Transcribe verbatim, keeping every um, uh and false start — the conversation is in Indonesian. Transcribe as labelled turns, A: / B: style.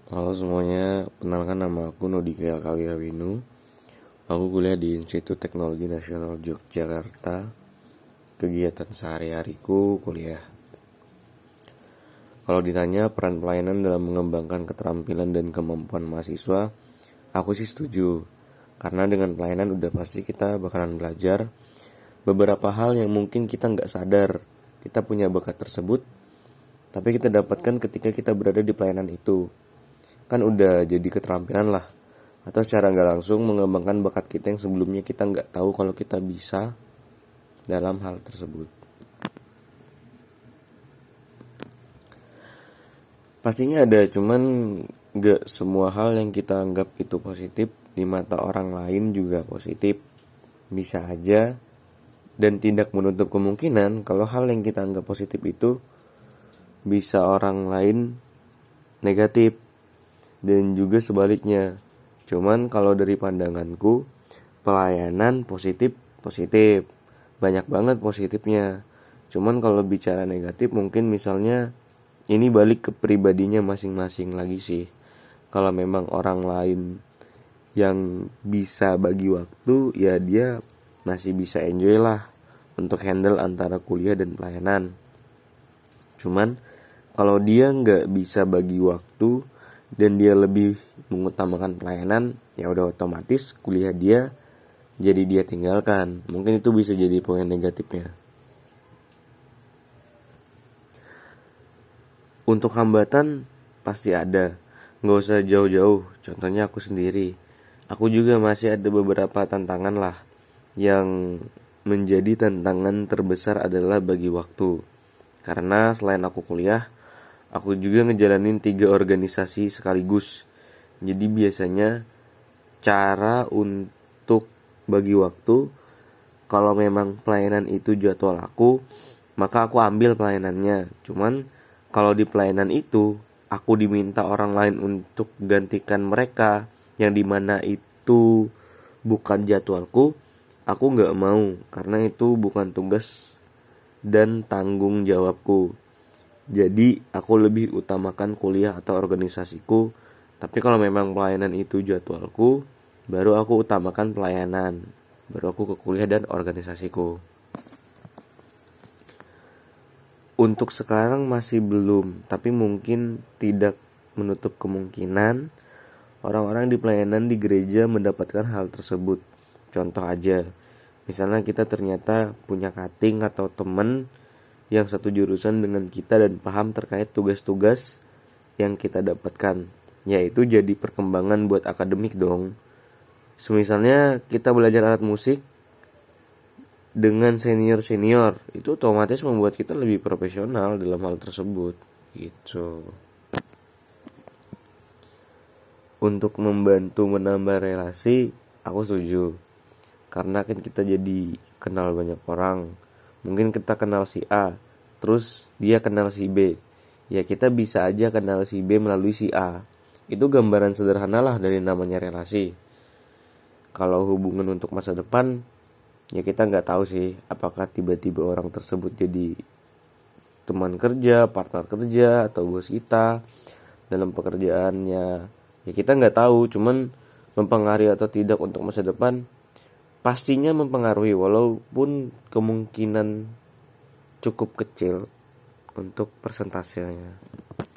A: Halo semuanya, kenalkan nama aku Nodika Kawirwinu. Aku kuliah di Institut Teknologi Nasional Yogyakarta. Kegiatan sehari-hariku kuliah. Kalau ditanya peran pelayanan dalam mengembangkan keterampilan dan kemampuan mahasiswa, aku sih setuju. Karena dengan pelayanan udah pasti kita bakalan belajar beberapa hal yang mungkin kita nggak sadar kita punya bakat tersebut, tapi kita dapatkan ketika kita berada di pelayanan itu. Kan udah jadi keterampilan lah, atau secara nggak langsung mengembangkan bakat kita yang sebelumnya kita nggak tahu kalau kita bisa dalam hal tersebut. Pastinya ada, cuman nggak semua hal yang kita anggap itu positif di mata orang lain juga positif. Bisa aja dan tidak menutup kemungkinan kalau hal yang kita anggap positif itu bisa orang lain negatif, dan juga sebaliknya. Cuman kalau dari pandanganku, pelayanan positif positif banyak banget positifnya. Cuman kalau bicara negatif, mungkin misalnya ini balik ke pribadinya masing-masing lagi sih. Kalau memang orang lain yang bisa bagi waktu, ya dia masih bisa enjoy lah untuk handle antara kuliah dan pelayanan. Cuman kalau dia nggak bisa bagi waktu dan dia lebih mengutamakan pelayanan, ya udah otomatis kuliah dia jadi dia tinggalkan. Mungkin itu bisa jadi poin negatifnya. Untuk hambatan pasti ada, nggak usah jauh-jauh. Contohnya aku sendiri, aku juga masih ada beberapa tantangan lah. Yang menjadi tantangan terbesar adalah bagi waktu. Karena selain aku kuliah, aku juga ngejalanin tiga organisasi sekaligus. Jadi biasanya cara untuk bagi waktu, kalau memang pelayanan itu jadwal aku, maka aku ambil pelayanannya. Cuman kalau di pelayanan itu aku diminta orang lain untuk gantikan mereka, yang dimana itu bukan jadwalku, aku gak mau, karena itu bukan tugas dan tanggung jawabku. Jadi aku lebih utamakan kuliah atau organisasiku. Tapi kalau memang pelayanan itu jadwalku, baru aku utamakan pelayanan, baru aku ke kuliah dan organisasiku. Untuk sekarang masih belum, tapi mungkin tidak menutup kemungkinan orang-orang di pelayanan di gereja mendapatkan hal tersebut. Contoh aja, misalnya kita ternyata punya cutting atau teman yang satu jurusan dengan kita dan paham terkait tugas-tugas yang kita dapatkan, yaitu jadi perkembangan buat akademik dong. Semisalnya kita belajar alat musik dengan senior-senior, itu otomatis membuat kita lebih profesional dalam hal tersebut gitu. Untuk membantu menambah relasi, aku setuju. Karena kan kita jadi kenal banyak orang. Mungkin kita kenal si A, terus dia kenal si B. Ya kita bisa aja kenal si B melalui si A. Itu gambaran sederhana lah dari namanya relasi. Kalau hubungan untuk masa depan, ya kita gak tahu sih apakah tiba-tiba orang tersebut jadi teman kerja, partner kerja, atau bos kita dalam pekerjaannya. Ya kita gak tahu, cuman mempengaruhi atau tidak untuk masa depan pastinya mempengaruhi, walaupun kemungkinan cukup kecil untuk persentasenya.